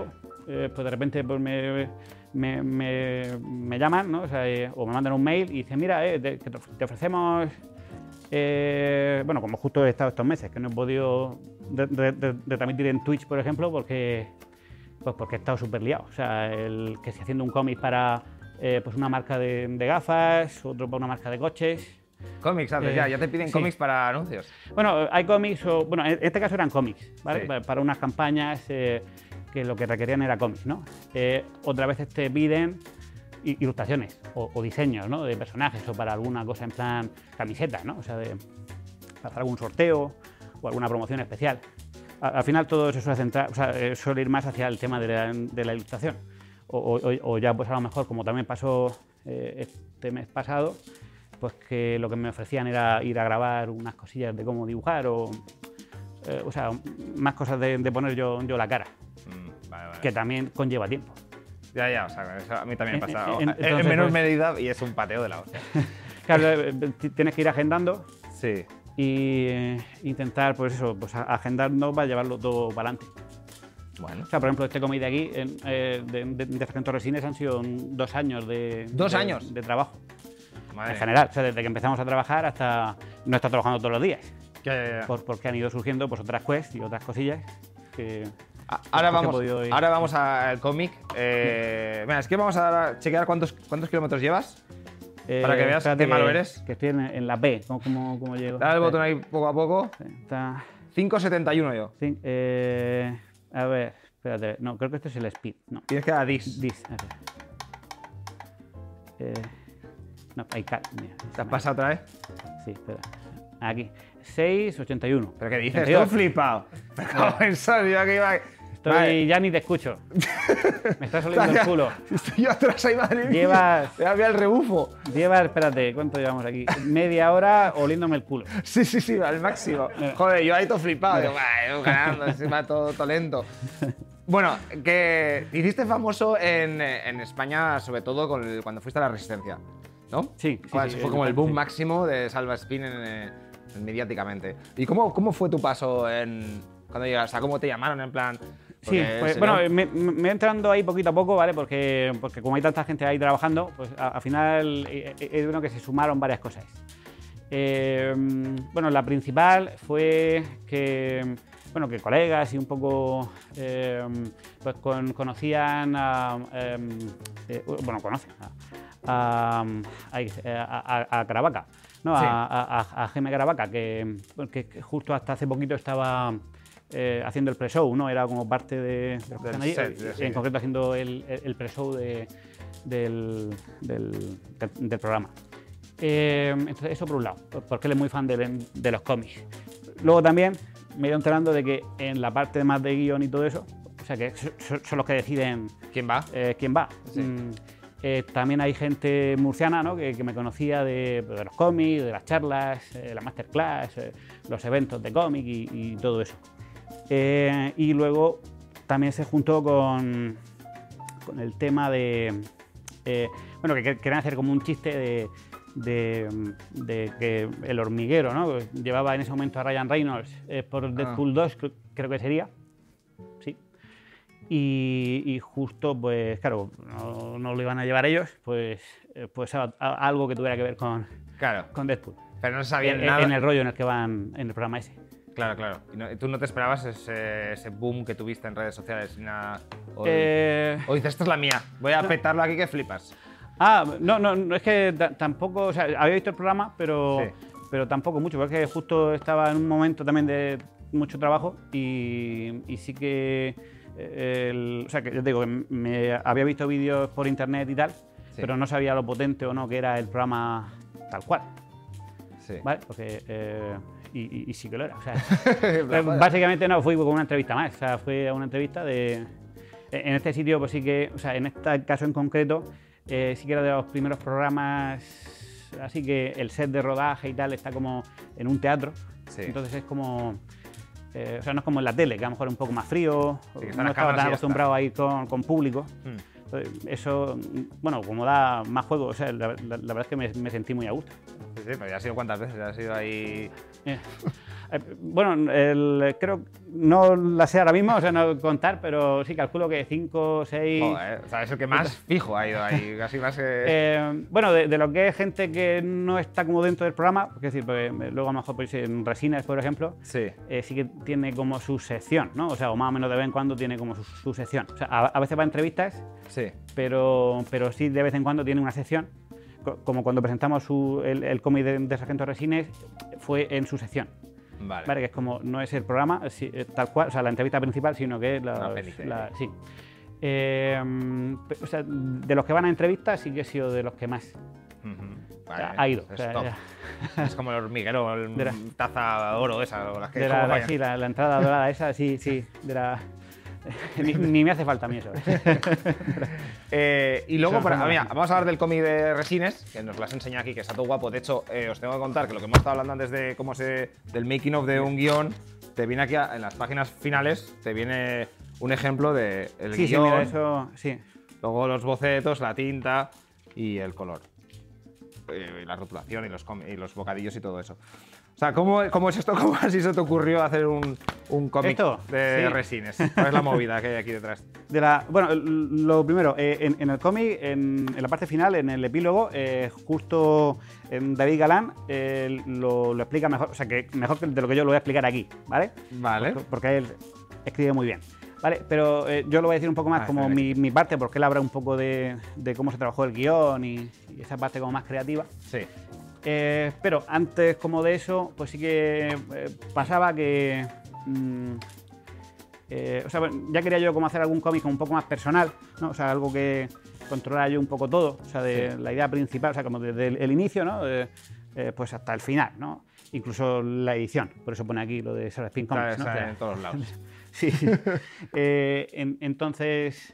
S2: eh, pues de repente pues me, me, me, me llaman, ¿no? O, sea, eh, o me mandan un mail y dicen, mira, eh, te, que te ofrecemos, eh, bueno, como justo he estado estos meses, que no he podido retransmitir en Twitch, por ejemplo, porque, pues porque he estado súper liado. O sea, el que estoy haciendo un cómic para eh, pues una marca de, de gafas, otro para una marca de coches.
S1: Cómics, ¿sabes? Eh, ya, ya te piden sí. cómics para anuncios.
S2: Bueno, hay cómics, o, bueno, en este caso eran cómics, ¿vale? Sí. Para, para unas campañas eh, que lo que requerían era cómics, ¿no? Eh, otras veces te piden ilustraciones o, o diseños, ¿no? De personajes o para alguna cosa en plan camiseta, ¿no? O sea, de, para algún sorteo o alguna promoción especial. A, al final todo eso suele, centrar, o sea, suele ir más hacia el tema de la, de la ilustración. O, o, o ya pues a lo mejor, como también pasó eh, este mes pasado, pues que lo que me ofrecían era ir a grabar unas cosillas de cómo dibujar o, eh, o sea, más cosas de, de poner yo, yo la cara, mm, vale, vale. Que también conlleva tiempo.
S1: Ya, ya, o sea, eso a mí también me ha pasado. En, en, en menor pues, medida y es un pateo de la hostia.
S2: Claro, tienes que ir agendando
S1: sí.
S2: y eh, intentar, pues eso, pues agendando para llevarlo todo para adelante.
S1: Bueno.
S2: O sea, por ejemplo, este cómic de aquí, en, eh, de, de, de Sargento Resines, han sido dos años de...
S1: ¿Dos
S2: de,
S1: años?
S2: De trabajo.
S1: Madre.
S2: En general, o sea, desde que empezamos a trabajar hasta no estar trabajando todos los días.
S1: Ya, ya, ya.
S2: Por, porque han ido surgiendo pues, otras quests y otras cosillas que...
S1: Ahora vamos, ahora vamos al cómic. Eh, mira, es que vamos a chequear cuántos, cuántos kilómetros llevas. Eh, para que veas qué malo eres.
S2: Que estoy en, en la B, ¿cómo, cómo, cómo llego?
S1: Dale el botón ahí poco a poco.
S2: Está...
S1: cinco setenta y uno yo.
S2: Sí, eh, a ver, espérate. No, creo que este es el speed. No.
S1: Tienes que dar dis.
S2: Dis, a ver. Eh, no, ahí cae.
S1: ¿Te has pasado otra vez?
S2: Sí, espera. Aquí. seis ochenta y uno.
S1: ¿Pero qué dices? Estoy flipado. Pero en serio, que iba...
S2: Estoy, vale. Ya ni te escucho. Me está saliendo el culo.
S1: Estoy yo atrás ahí, madre mía.
S2: Llevas...
S1: Ya había el rebufo.
S2: Llevas, espérate, ¿cuánto llevamos aquí? Media hora oliéndome el culo.
S1: Sí, sí, sí, al máximo. Joder, yo ahí todo flipado. Digo, vale, ganando, encima todo, todo lento. Bueno, que te hiciste famoso en, en España, sobre todo con el, cuando fuiste a la Resistencia, ¿no?
S2: Sí, sí,
S1: Joder,
S2: sí.
S1: Fue
S2: sí,
S1: como el boom
S2: sí.
S1: máximo de Salva Spin en, en, mediáticamente. ¿Y cómo, cómo fue tu paso en, cuando llegaste? O sea, ¿cómo te llamaron en plan...?
S2: Sí, pues, bueno, me, me he entrando ahí poquito a poco, ¿vale? Porque, porque como hay tanta gente ahí trabajando, pues al final es bueno que se sumaron varias cosas. Eh, bueno, la principal fue que, bueno, que colegas y un poco, eh, pues con, conocían a, eh, eh, bueno, conocen a, a, a, a Caravaca, ¿no? Sí. A, a, a Jaime Caravaca, que, que justo hasta hace poquito estaba... Eh, haciendo el pre-show, ¿no? Era como parte de, de los que están allí, set, en sí. concreto haciendo el, el pre-show de, del, del, del, del programa. Eh, entonces, eso por un lado, porque él es muy fan de, de los cómics. Luego también me he ido enterando de que en la parte más de guión y todo eso, o sea, que son, son los que deciden...
S1: ¿Quién va?
S2: Eh, ¿Quién va? Sí. Mm, eh, también hay gente murciana, ¿no? que, que me conocía de, de los cómics, de las charlas, eh, la masterclass, eh, los eventos de cómic y, y todo eso. Eh, y luego también se juntó con, con el tema de, eh, bueno, que querían hacer como un chiste de, de, de que el hormiguero, ¿no? Llevaba en ese momento a Ryan Reynolds eh, por Deadpool ah. dos, creo, creo que sería, sí. Y, y justo, pues claro, no, no lo iban a llevar ellos, pues, pues a, a, algo que tuviera que ver con,
S1: claro.
S2: con Deadpool.
S1: Pero no sabían
S2: en,
S1: nada.
S2: En el rollo en el que van en el programa ese.
S1: Claro, claro. ¿Y no, tú no te esperabas ese, ese boom que tuviste en redes sociales? Nada, o,
S2: eh...
S1: o dices, esta es la mía, voy a no. petarlo aquí que flipas.
S2: Ah, no, no, no es que tampoco, o sea, había visto el programa, pero, sí. pero tampoco mucho, porque justo estaba en un momento también de mucho trabajo y, y sí que, el, o sea, que yo te digo, que me había visto vídeos por internet y tal, sí. pero no sabía lo potente o no que era el programa tal cual.
S1: Sí.
S2: ¿Vale? Porque... Eh, Y, y, y sí que lo era. O sea, básicamente no fui con una entrevista más. O sea, fue a una entrevista de. En este sitio, pues sí que. O sea, en este caso en concreto, eh, sí que era de los primeros programas. Así que el set de rodaje y tal está como en un teatro. Sí. Entonces es como. Eh, o sea, no es como en la tele, que a lo mejor es un poco más frío. Sí, no estaba tan acostumbrado a ir con, con público. Mm. Eso, bueno, como da más juego, o sea, la, la, la verdad es que me, me sentí muy a gusto.
S1: Sí, sí, pero ya ha sido cuántas veces, ya ha sido ahí...
S2: Eh, eh, bueno, el, creo, no la sé ahora mismo, o sea, no contar, pero sí calculo que cinco, seis...
S1: Joder, o sea, es el que más fijo ha ido ahí, casi más que...
S2: Eh, bueno, de, de lo que es gente que no está como dentro del programa, es decir, porque luego a lo mejor pues, en Resines, por ejemplo,
S1: sí.
S2: Eh, sí que tiene como su sección, ¿no? O sea, o más o menos de vez en cuando tiene como su, su sección. O sea, a, a veces va a entrevistas,
S1: sí.
S2: pero, pero sí de vez en cuando tiene una sección. Como cuando presentamos su, el, el cómic de, de Sargento Resines, fue en su sección.
S1: Vale.
S2: Vale. Que es como, no es el programa sí, tal cual, o sea, la entrevista principal, sino que es la...
S1: Una peli,
S2: la sí. Eh, o sea, de los que van a entrevistas sí que he sido de los que más
S1: uh-huh. Vale,
S2: ha ido.
S1: Es,
S2: o sea,
S1: top. Es como el hormiguero, el
S2: la,
S1: taza de oro esa. O las que
S2: de la, la, sí, la, la entrada dorada esa, sí, sí. De la, ni, ni me hace falta a mí eso.
S1: eh, y luego,
S2: eso
S1: para, mira, vamos a hablar del cómic de Resines, que nos lo has enseñado aquí, que está todo guapo. De hecho, eh, os tengo que contar que lo que hemos estado hablando antes de cómo se, del making of de un guión, te viene aquí a, en las páginas finales, te viene un ejemplo de el
S2: sí,
S1: guión,
S2: sí, mira, eso, sí.
S1: Luego los bocetos, la tinta y el color. Y la rotulación y los, y los bocadillos y todo eso. O sea, ¿cómo, cómo es esto? ¿Cómo así se te ocurrió hacer un, un cómic de sí. Resines? ¿Cuál es la movida que hay aquí detrás?
S2: De la, bueno, lo primero, eh, en, en el cómic, en, en la parte final, en el epílogo, eh, justo eh, David Galán eh, lo, lo explica mejor, o sea, que mejor que de lo que yo lo voy a explicar aquí, ¿vale?
S1: Vale.
S2: Porque, porque él escribe muy bien. Vale, pero eh, yo lo voy a decir un poco más ah, como mi, mi parte, porque él habla un poco de, de cómo se trabajó el guión y, y esa parte como más creativa.
S1: Sí.
S2: Eh, pero antes como de eso, pues sí que eh, pasaba que... Mmm, eh, o sea, ya quería yo como hacer algún cómic un poco más personal, ¿no? O sea, algo que controlara yo un poco todo, o sea, de sí. la idea principal, o sea, como desde el, el inicio, ¿no? De, eh, pues hasta el final, ¿no? Incluso la edición, por eso pone aquí lo de Sarah Spin Comics, ¿no?
S1: Está
S2: o sea,
S1: en todos lados.
S2: Sí, eh, en, entonces,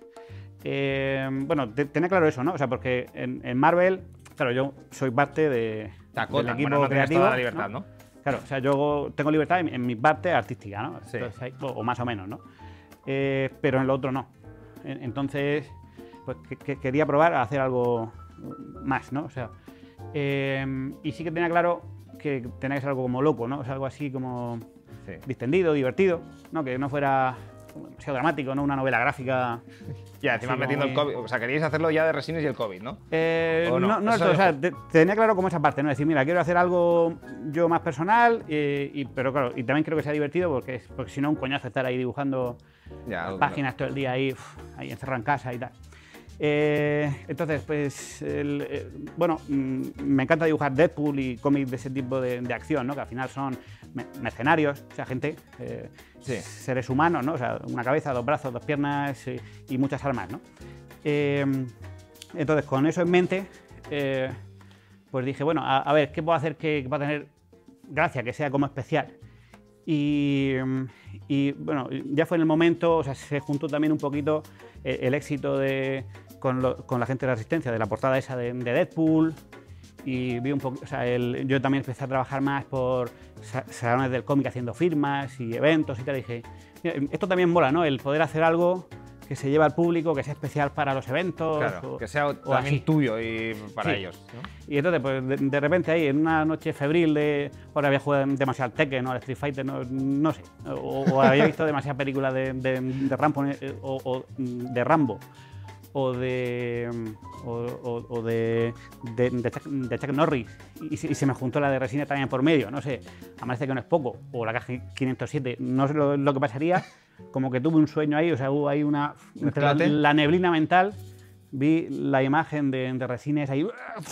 S2: eh, bueno, te, tenía claro eso, ¿no? O sea, porque en, en Marvel, claro, yo soy parte de,
S1: Dakota,
S2: del equipo
S1: bueno, no
S2: creativo.
S1: Toda la libertad, ¿no?
S2: ¿no? Claro, o sea, yo tengo libertad en, en mi parte artística, ¿no?
S1: Sí.
S2: Entonces, o, o más o menos, ¿no? Eh, pero en lo otro no. Entonces, pues que, que quería probar a hacer algo más, ¿no? O sea, eh, y sí que tenía claro que tenía que ser algo como loco, ¿no? O sea, algo así como... Sí. Distendido, divertido, ¿no? Que no fuera demasiado dramático, no una novela gráfica.
S1: Ya, encima metiendo muy... el COVID. O sea, queríais hacerlo ya de Resines y el COVID, ¿no?
S2: Eh,
S1: ¿O no?
S2: No, no esto, o sea, te, tenía claro como esa parte, ¿no? Decir, mira, quiero hacer algo yo más personal, y, y, pero claro, y también creo que sea divertido porque, es, porque si no, un coñazo estar ahí dibujando ya, páginas no. todo el día ahí, uf, ahí encerrado en casa y tal. Eh, entonces, pues, el, eh, bueno, mmm, me encanta dibujar Deadpool y cómics de ese tipo de, de acción, ¿no? Que al final son mercenarios, o sea, gente, eh, sí. seres humanos, ¿no? O sea, una cabeza, dos brazos, dos piernas eh, y muchas armas, ¿no? Eh, entonces, con eso en mente, eh, pues dije, bueno, a, a ver, ¿qué puedo hacer que, que va a tener gracia, que sea como especial? Y, y, bueno, ya fue en el momento, o sea, se juntó también un poquito el, el éxito de, con, lo, con la gente de la Resistencia, de la portada esa de, de Deadpool, y vi un poco, o sea, el, yo también empecé a trabajar más por salones del cómic haciendo firmas y eventos y tal, y dije, mira, esto también mola, ¿no? El poder hacer algo que se lleve al público, que sea especial para los eventos.
S1: Claro,
S2: o,
S1: que sea también tuyo y para
S2: sí.
S1: ellos, ¿no?
S2: Y entonces, pues de, de repente ahí, en una noche febril de... Ahora había jugado demasiado al Tekken, ¿no? Al Street Fighter, no, no sé. O, o había visto demasiadas películas de, de, de, Rambo, o, o de Rambo. O de... O, o, o de, de, de, Chuck, de Chuck Norris. Y, y se me juntó la de Resines también por medio, no sé. Amanece que no es poco. O la caja quinientos siete. No sé lo, lo que pasaría. Como que tuve un sueño ahí, o sea, hubo ahí una... Entre la, la neblina mental, vi la imagen de, de Resines ahí...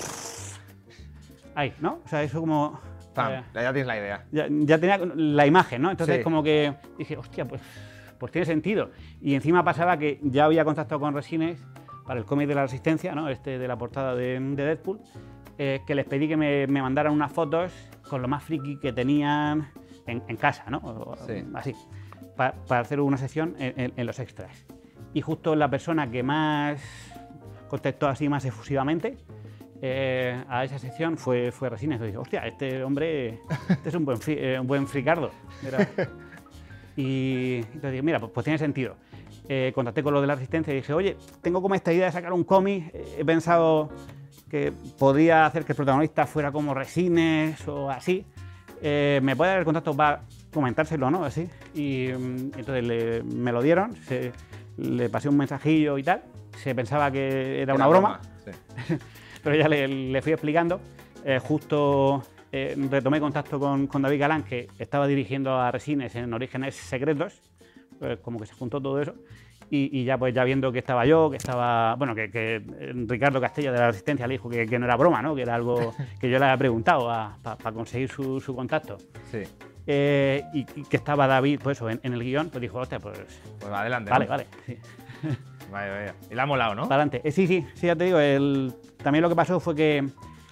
S2: Ahí, ¿no? O sea, eso como...
S1: Pam, eh, ya tienes la idea.
S2: Ya, ya tenía la imagen, ¿no? Entonces
S1: sí.
S2: como que dije, hostia, pues, pues tiene sentido. Y encima pasaba que ya había contactado con Resines para el cómic de la Resistencia, ¿no? Este de la portada de, de Deadpool, eh, que les pedí que me, me mandaran unas fotos con lo más friki que tenían en, en casa, ¿no? O,
S1: sí.
S2: Así. Para, para hacer una sección en, en, en los extras. Y justo la persona que más contactó así más efusivamente eh, a esa sección fue, fue Resines. Y dije, hostia, este hombre este es un buen, fri, eh, un buen fricardo. Era... Y entonces dije, mira, pues, pues tiene sentido. eh, contacté con los de la Resistencia y dije, oye, tengo como esta idea de sacar un cómic, eh, he pensado que podría hacer que el protagonista fuera como Resines o así. Eh, ¿Me puede dar el contacto para comentárselo, no? Así. Y mm, entonces le- me lo dieron, se- le pasé un mensajillo y tal. Se pensaba que era una broma,
S1: Sí.
S2: pero ya le, le fui explicando. Eh, justo eh, retomé contacto con, con David Galán, que estaba dirigiendo a Resines en Orígenes Secretos, pues como que se juntó todo eso. Y, y ya pues ya viendo que estaba yo, que estaba, bueno, que, que Ricardo Castella de la Resistencia le dijo que, que no era broma, ¿no? Que era algo que yo le había preguntado para conseguir su, su contacto.
S1: Sí.
S2: Eh, y, y que estaba David, pues eso, en, en el guión, pues dijo, hostia, pues
S1: Pues adelante.
S2: vale,
S1: ¿no?
S2: vale, sí.
S1: Vaya, vaya. Y le ha molado, ¿no?
S2: Para adelante. Eh, sí, sí, sí, ya te digo, el, también lo que pasó fue que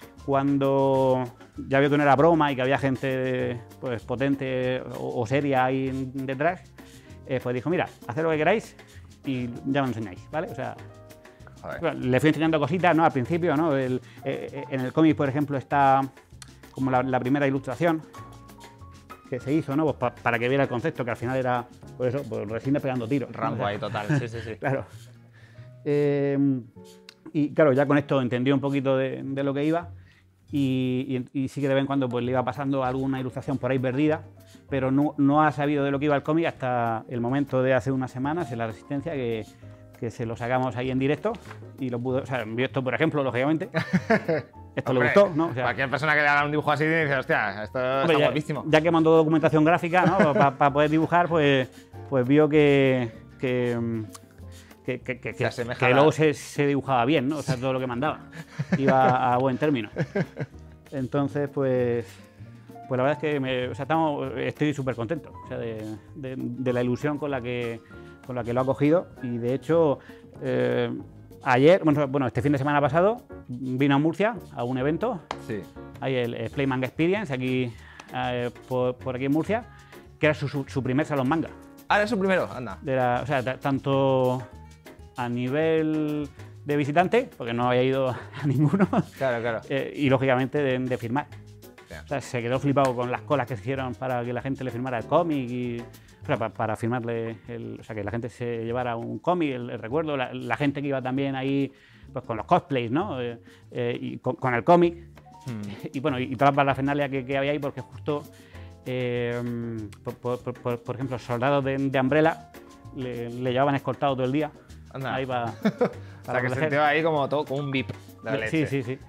S2: cuando ya vio que no era broma y que había gente pues potente o, o seria ahí detrás, eh, pues dijo, mira, haced lo que queráis y ya me lo enseñáis, ¿vale? O sea,
S1: Joder.
S2: bueno, le fui enseñando cositas, ¿no? Al principio, ¿no? El- eh, eh, en el cómic, por ejemplo, está como la, la primera ilustración que se hizo, ¿no? Pues pa- para que viera el concepto, que al final era, pues eso, pues Resines pegando tiros. ¿no?
S1: Rambo
S2: O sea,
S1: ahí total. Sí, sí, sí.
S2: Claro. Eh, y claro, ya con esto entendí un poquito de, de lo que iba y, y- y sí que de vez en cuando pues, le iba pasando alguna ilustración por ahí perdida, pero no, no ha sabido de lo que iba el cómic hasta el momento de hace unas semanas en La Resistencia, que, que se lo sacamos ahí en directo y lo pudo, o sea, vio esto, por ejemplo, lógicamente. Esto
S1: Hombre,
S2: le gustó, ¿no? O sea,
S1: cualquier persona que le haga un dibujo así dice, hostia, esto
S2: hombre,
S1: está
S2: ya,
S1: guapísimo.
S2: ya que mandó documentación gráfica, ¿no? Para poder dibujar, pues, pues vio que, que, mm, que, que, que-
S1: Se asemeja
S2: que
S1: a la-
S2: luego se, se dibujaba bien, ¿no? O sea, todo lo que mandaba iba a buen término. Entonces, pues, pues la verdad es que me, o sea, estamos, estoy súper contento, o sea, de, de- de la ilusión con la que, con la que lo ha cogido. Y de hecho, eh, ayer, bueno, bueno, este fin de semana pasado, vino a Murcia a un evento.
S1: Sí.
S2: Hay el eh, Play Manga Experience aquí, eh, por, por aquí en Murcia, que era su, su- su primer salón manga.
S1: Ah, eres su primero, anda.
S2: De la- o sea, ta- tanto a nivel de visitante, porque no había ido a ninguno,
S1: Claro, claro.
S2: eh, y lógicamente de, de firmar.
S1: Hostia.
S2: O sea, se quedó flipado con las colas que se hicieron para que la gente le firmara el cómic y, o sea, pa- para firmarle, el, o sea, que la gente se llevara un cómic, el, el recuerdo, la, la gente que iba también ahí pues, con los cosplays, ¿no? Eh, eh, y con, con el cómic.
S1: Hmm.
S2: Y bueno, y toda la parafernalia que, que había ahí, porque justo, eh, por, por- por- por- por ejemplo, soldados de, de Umbrella le, le llevaban escoltado todo el día.
S1: Anda.
S2: Ahí va.
S1: O sea, que se sintió ahí como, todo, como un V I P de la leche.
S2: Sí, sí, sí.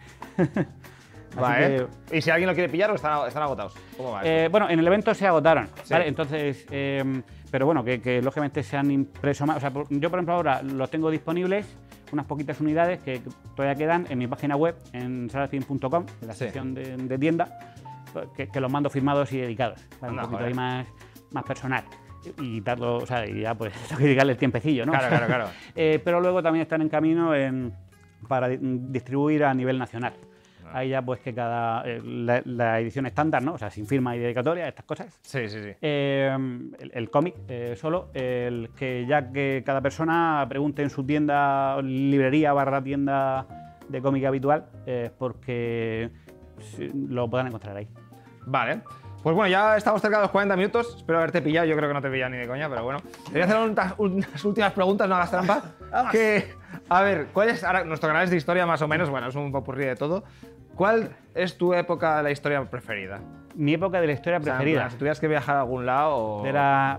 S1: Va,
S2: Así
S1: ¿eh?
S2: que,
S1: ¿Y si alguien lo quiere pillar o están, están agotados? ¿Cómo va?
S2: eh, bueno, en el evento se agotaron,
S1: Sí.
S2: ¿vale? Entonces, eh, pero bueno, que, que lógicamente se han impreso más. O sea, por- yo, por ejemplo, ahora los tengo disponibles, unas poquitas unidades que todavía quedan en mi página web, en saladfilm punto com, en la
S1: Sí.
S2: sección de, de tienda, que, que los mando firmados y dedicados, ¿vale?
S1: Anda,
S2: Un poquito
S1: joder.
S2: ahí más, más personal. Y darlo, o sea, y ya pues tengo que dedicarle el tiempecillo, ¿no?
S1: Claro, claro, claro.
S2: Eh, pero luego también están en camino en- para di- distribuir a nivel nacional.
S1: Ah.
S2: Ahí ya pues que cada eh, la, la edición estándar, ¿no? O sea, sin firma y dedicatoria, estas cosas.
S1: Sí, sí, sí.
S2: Eh, el el cómic eh, solo, el que ya que cada persona pregunte en su tienda, librería barra tienda de cómic habitual, eh, porque sí, lo podrán encontrar ahí.
S1: Vale. Pues bueno, ya estamos cerca de los cuarenta minutos. Espero haberte pillado. Yo creo que no te he pillado ni de coña, pero bueno. Te voy a hacer unas, unas últimas preguntas, no hagas trampa. Que, a ver, ¿cuál es? Ahora, nuestro canal es de historia más o menos, bueno, es un popurrí de todo. ¿Cuál es tu época de la historia preferida?
S2: Mi época de la historia
S1: O sea, en
S2: preferida.
S1: plan, si tuvieras que viajar a algún lado o...
S2: Era.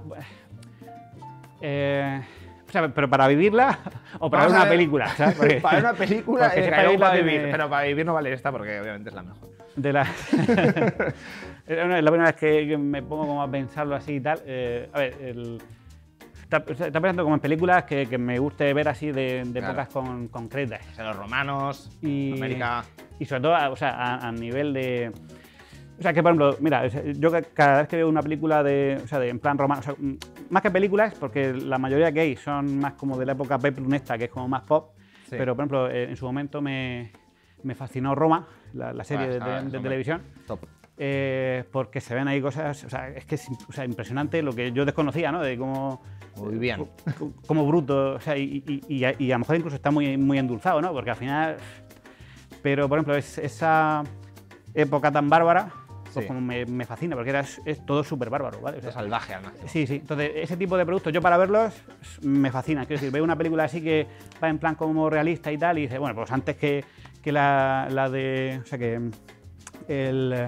S2: Eh, o sea, pero para vivirla o para
S1: Vamos
S2: ver
S1: a
S2: una
S1: ver.
S2: película, ¿sabes? Porque-
S1: Para ver una película
S2: porque
S1: es
S2: esa
S1: que hay
S2: película
S1: para
S2: tiene-
S1: vivir, pero para vivir no vale esta porque obviamente es la mejor.
S2: De la... Es la primera vez que, que me pongo como a pensarlo así y tal. Eh, a ver, el... está, está pensando como en películas que, que me guste ver así de, de
S1: Claro.
S2: épocas con- concretas.
S1: O sea, los romanos,
S2: Y,
S1: América...
S2: y sobre todo, a- o sea, a, a nivel de... O sea, que por ejemplo, mira, o sea, yo ca- cada vez que veo una película de, o sea, de en plan romano, o sea, mm, más que películas, porque la mayoría que hay son más como de la época peplunesta, que es como más pop,
S1: Sí.
S2: pero por ejemplo, eh, en su momento me, me fascinó Roma, la, la serie
S1: Buah,
S2: de,
S1: esa-
S2: de-
S1: esa,
S2: de
S1: hombre.
S2: televisión.
S1: Top.
S2: Eh, porque se ven ahí cosas, o sea, es que es o sea, impresionante lo que yo desconocía, ¿no? De cómo...
S1: Muy bien.
S2: c- Como bruto, o sea, y, y- y a, y a lo mejor incluso está muy, muy endulzado, ¿no? Porque al final... Pero, por ejemplo, es, esa época tan bárbara, pues
S1: Sí.
S2: como me, me fascina, porque era, es, es todo súper bárbaro, ¿vale? O sea,
S1: Es salvaje, además.
S2: sí, sí. Entonces, ese tipo de productos, yo para verlos, me fascina. Quiero decir, veo una película así que va en plan como realista y tal, y dice, bueno, pues antes que, que la, la de. O sea, que. El.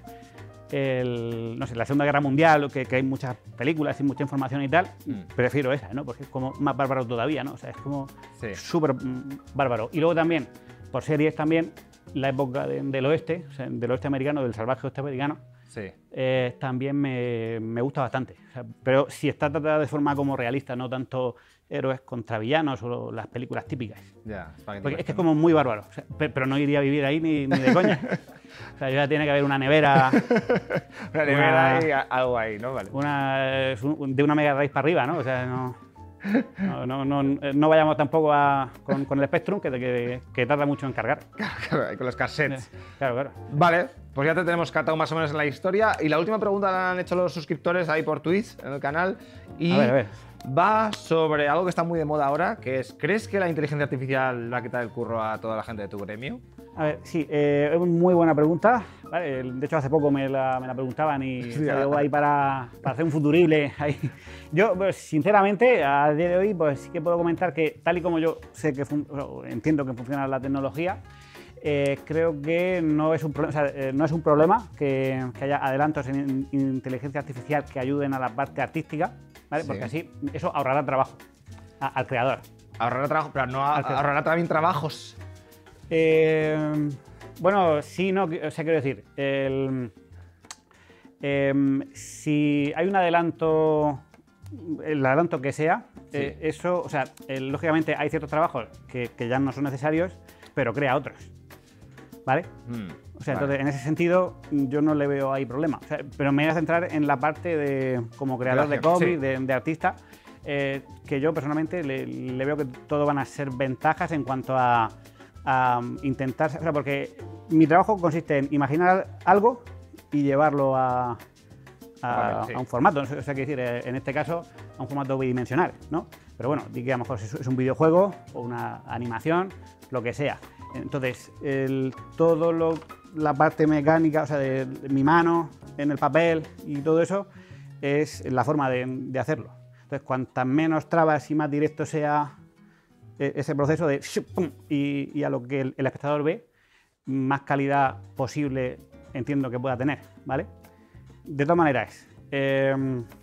S2: El, no sé, la Segunda Guerra Mundial, que, que hay muchas películas y mucha información y tal,
S1: Mm.
S2: prefiero esa, ¿no? Porque es como más bárbaro todavía, ¿no? O sea, es como
S1: Sí.
S2: súper mm, bárbaro. Y luego también, por series también, la época de- del oeste, o sea, del oeste americano, del salvaje oeste americano,
S1: Sí.
S2: eh, también me, me gusta bastante. O sea, pero si está tratada de forma como realista, no tanto héroes contra villanos o las películas típicas.
S1: Ya. para que te
S2: Porque es que es
S1: imagines.
S2: como muy bárbaro. O sea, pe- pero no iría a vivir ahí ni, ni de coña. O sea, ya tiene que haber una nevera,
S1: Una nevera y a- algo ahí, ¿no? Vale.
S2: una, es un- de una mega raíz para arriba, ¿no? O sea, no, no, no, no, no vayamos tampoco a, con, con el Spectrum, que, que, que tarda mucho en cargar.
S1: Claro, ahí con los cassettes.
S2: Claro, claro.
S1: Vale, pues ya te tenemos catado más o menos en la historia. Y la última pregunta la han hecho los suscriptores ahí por Twitch, en el canal. Y
S2: A ver, a ver.
S1: va sobre algo que está muy de moda ahora, que es, ¿crees que la inteligencia artificial va a quitar el curro a toda la gente de tu gremio?
S2: A ver, sí, eh, es una muy buena pregunta. ¿Vale? De hecho, hace poco me la, me la preguntaban y
S1: Sí,
S2: salgo ahí para, para hacer un futurible. Ahí. Yo, pues, sinceramente, a día de hoy, pues sí que puedo comentar que, tal y como yo sé que fun- o entiendo que funciona la tecnología, eh, creo que no es un, pro- o sea, eh, no es un problema que, que haya adelantos en, in- inteligencia artificial que ayuden a la parte artística, ¿vale?
S1: Sí.
S2: Porque así eso ahorrará trabajo a- al creador.
S1: Ahorrará trabajo, pero no a-
S2: Al que-
S1: ahorrará también trabajos.
S2: Eh, bueno, sí, no, o sea, quiero decir, el, em, si hay un adelanto, el adelanto que sea,
S1: Sí.
S2: eh, eso, o sea, eh, lógicamente hay ciertos trabajos que, que ya no son necesarios, pero crea otros, ¿vale?
S1: Mm,
S2: O sea,
S1: vale.
S2: entonces, en ese sentido, yo no le veo ahí problema. O sea, pero me voy a centrar en la parte de, como creador de
S1: Creación,
S2: cómic,
S1: sí.
S2: de, de artista, eh, que yo personalmente le, le veo que todo van a ser ventajas en cuanto a, a intentar... O sea, porque mi trabajo consiste en imaginar algo y llevarlo a, a,
S1: Vale, sí.
S2: a un formato. O sea, quiero decir, eh, en este caso, a un formato bidimensional, ¿no? Pero bueno, di que a lo mejor es es un videojuego o una animación, lo que sea. Entonces, el, todo lo, la parte mecánica, o sea, de, de mi mano en el papel y todo eso, es la forma de, de hacerlo. Entonces, cuantas menos trabas y más directo sea eh, ese proceso de shup, pum, y, y a lo que el, el espectador ve, más calidad posible entiendo que pueda tener, ¿vale? De todas maneras, eh,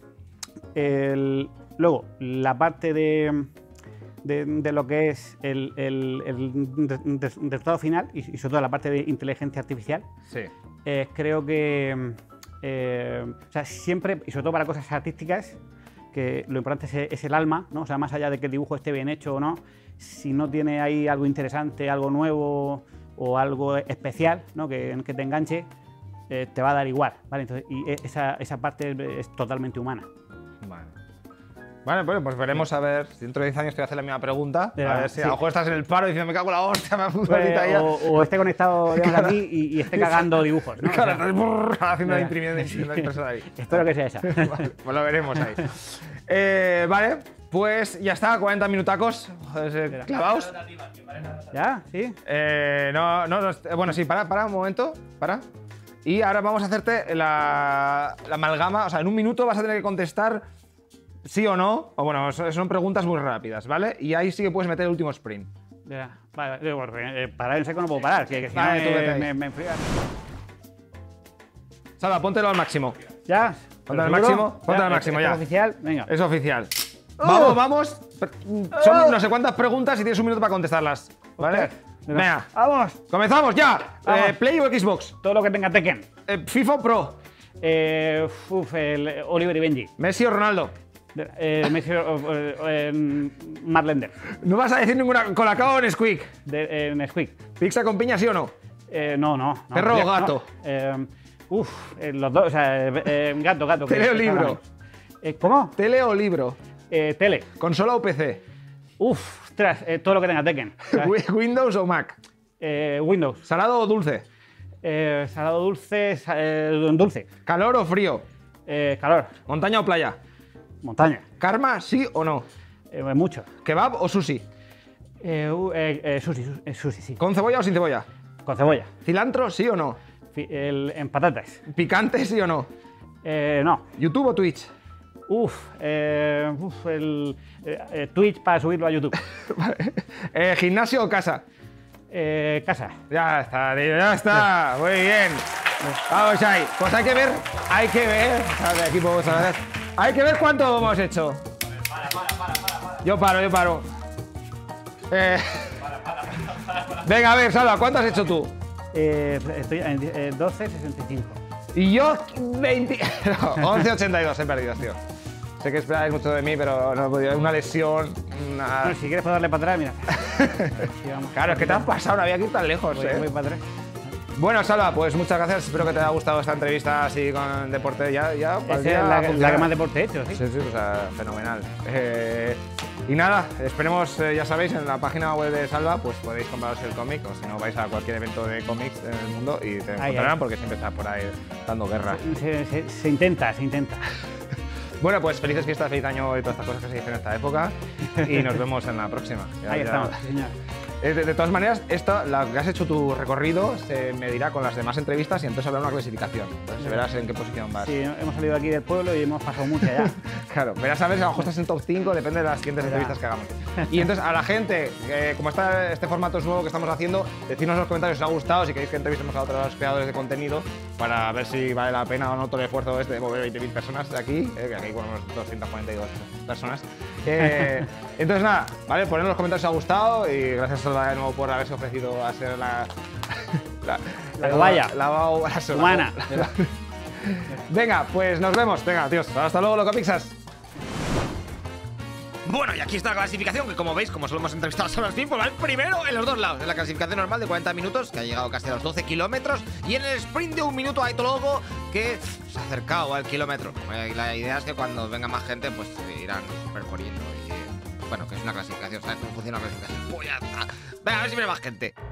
S2: el, luego, la parte de, de, de lo que es el, el- el de- de- resultado final y, y sobre todo la parte de inteligencia artificial,
S1: Sí.
S2: eh, creo que eh, o sea, siempre, y sobre todo para cosas artísticas, que lo importante es, es el alma, ¿no? O sea, más allá de que el dibujo esté bien hecho o no, si no tiene ahí algo interesante, algo nuevo o algo especial, ¿no? que, que te enganche, eh, te va a dar igual, ¿vale? Entonces, y esa, esa parte es totalmente humana.
S1: Vale. Vale, pues, pues veremos a ver. Si dentro de diez años te voy a hacer la misma pregunta.
S2: Ya,
S1: A ver si
S2: sí.
S1: a lo mejor estás en el paro y diciendo, me cago en la hostia, me ha puesto
S2: Pues,
S1: ahorita ya.
S2: o, o esté conectado digamos, aquí y, y esté cagando dibujos, ¿no? O
S1: Claro,
S2: sea,
S1: estás brrr, haciendo la
S2: ya.
S1: imprimiendo de la impresora ahí.
S2: espero que sea esa.
S1: Vale, pues lo veremos ahí. Eh, vale, pues ya está, cuarenta minutacos eh, clavados.
S2: ¿Ya? ¿Sí?
S1: Eh, no, no, no, eh, bueno, sí, para, para un momento, para. Y ahora vamos a hacerte la, la amalgama, o sea, en un minuto vas a tener que contestar sí o no, o bueno, son son preguntas muy rápidas, ¿vale? Y ahí sí que puedes meter el último sprint.
S2: Ya, vale, digo, porque, eh, parar en seco no puedo parar, que, que si
S1: Vale,
S2: no
S1: tú vete
S2: me,
S1: ahí.
S2: me, me enfría.
S1: Salva, póntelo al máximo.
S2: ¿Ya?
S1: Ponte al
S2: ¿Seguro?
S1: máximo, ponte
S2: ¿Ya?
S1: al máximo,
S2: ¿Esto
S1: ya.
S2: es oficial? Venga.
S1: Es oficial.
S2: ¡Oh!
S1: Vamos, vamos. Son no sé cuántas preguntas y tienes un minuto para contestarlas, ¿vale?
S2: Ostras,
S1: Venga,
S2: ¡Vamos!
S1: comenzamos ya.
S2: Vamos.
S1: Eh, ¿Play o Xbox?
S2: Todo lo que tenga Tekken.
S1: Eh, ¿FIFA o Pro?
S2: Eh, uf, el eh, Oliver y Benji.
S1: ¿Messi o Ronaldo?
S2: Eh, Messi, o- o- eh, Marlender.
S1: No vas a decir ninguna Colacao o Nesquik.
S2: De, eh, Nesquik.
S1: ¿Pizza con piña sí o no?
S2: Eh, no, no, no.
S1: ¿Perro o
S2: no.
S1: gato?
S2: Eh, uf, eh, los dos, o sea, eh, eh, gato, gato. que-
S1: ¿Tele o
S2: que
S1: libro?
S2: salgan. Eh, ¿Cómo?
S1: ¿Tele o libro?
S2: Eh, tele.
S1: ¿Consola o P C?
S2: Uf, ostras, eh, todo lo que tenga Tekken. ¿sabes?
S1: Wi- ¿Windows o Mac?
S2: Eh, Windows.
S1: ¿Salado o dulce?
S2: Eh, salado dulce, sa- eh, dulce.
S1: ¿Calor o frío?
S2: Eh, calor.
S1: ¿Montaña o playa?
S2: Montaña.
S1: ¿Karma sí o no?
S2: Eh, mucho.
S1: ¿Kebab o sushi?
S2: Eh, uh, eh, eh, sushi, su- eh, sushi, sí.
S1: ¿Con cebolla o sin cebolla?
S2: Con cebolla.
S1: ¿Cilantro sí o no?
S2: fi- el- en patatas.
S1: ¿Picante sí o no?
S2: Eh, no.
S1: ¿YouTube o Twitch?
S2: Uf, eh, uf, el eh, eh, Twitch para subirlo a YouTube.
S1: Vale. Eh, ¿Gimnasio o casa?
S2: Eh, casa.
S1: Ya está, tío, ya está. Muy bien. Vamos ahí. Pues hay que ver, hay que ver. De aquí podemos hablar. Hay que ver cuánto hemos hecho. Para, para, para, para, para. Yo paro, yo paro. Eh... Venga, a ver, Salva, ¿cuánto has hecho tú?
S2: Eh, estoy en eh, doce sesenta y cinco.
S1: Y yo, veinte... No, once ochenta y dos he perdido, tío. Sé que esperáis mucho de mí, pero no he podido. Una lesión, una...
S2: Bueno, si quieres puedo darle para atrás, mira. Sí, vamos.
S1: Claro, es que te has pasado, no había que ir tan lejos,
S2: Voy,
S1: eh.
S2: voy para atrás.
S1: Bueno, Salva, pues muchas gracias. Espero que te haya gustado esta entrevista así con deporte. Ya, ya,
S2: Esa es
S1: valdría
S2: la, la
S1: funcionar.
S2: que más deporte he hecho, sí.
S1: Sí, sí, o sea, fenomenal. Eh, y nada, esperemos, eh, ya sabéis, en la página web de Salva, pues podéis compraros el cómic, o si no vais a cualquier evento de cómics en el mundo y te
S2: Ahí,
S1: encontrarán
S2: ahí.
S1: porque siempre está por ahí dando guerra.
S2: Se, se- se intenta, se intenta.
S1: Bueno, pues felices fiestas, feliz año y todas estas cosas que se dicen en esta época y nos vemos en la próxima. Ya-
S2: Ahí
S1: ya-
S2: estamos, sí, señor.
S1: Eh, De, de todas maneras, esto, la que has hecho tu recorrido se medirá con las demás entrevistas y entonces habrá una clasificación. Entonces verás en qué posición vas.
S2: Sí, hemos salido aquí del pueblo y hemos pasado mucho allá.
S1: Claro, verás a ver si a lo mejor estás en top cinco, depende de las siguientes
S2: Verá.
S1: entrevistas que hagamos. Y entonces a la gente, eh, como está este formato es nuevo que estamos haciendo, decidnos en los comentarios si os ha gustado, si queréis que entrevistemos a otros creadores de contenido para ver si vale la pena o no todo el esfuerzo este de mover veinte mil personas de aquí, eh, que aquí con unos doscientas cuarenta y dos personas. Eh, entonces nada, vale, poned en los comentarios si os ha gustado y gracias Salva de nuevo por haberse ofrecido a ser la... La,
S2: La cobaya.
S1: La, la, la- la-
S2: Humana.
S1: la- Venga, pues nos vemos. Venga, tíos. Hasta luego, Locapixas. Bueno, y aquí está la clasificación, que como veis, como solo hemos entrevistado a los tiempos, va el primero en los dos lados. En la clasificación normal de cuarenta minutos, que ha llegado casi a los doce kilómetros, y en el sprint de un minuto hay Logo, que se ha acercado al kilómetro. Eh, La idea es que cuando venga más gente, pues se irán superponiendo. Y, eh, bueno, que es una clasificación, ¿sabes cómo funciona la clasificación? Pues ya está. Venga, a ver si viene más gente.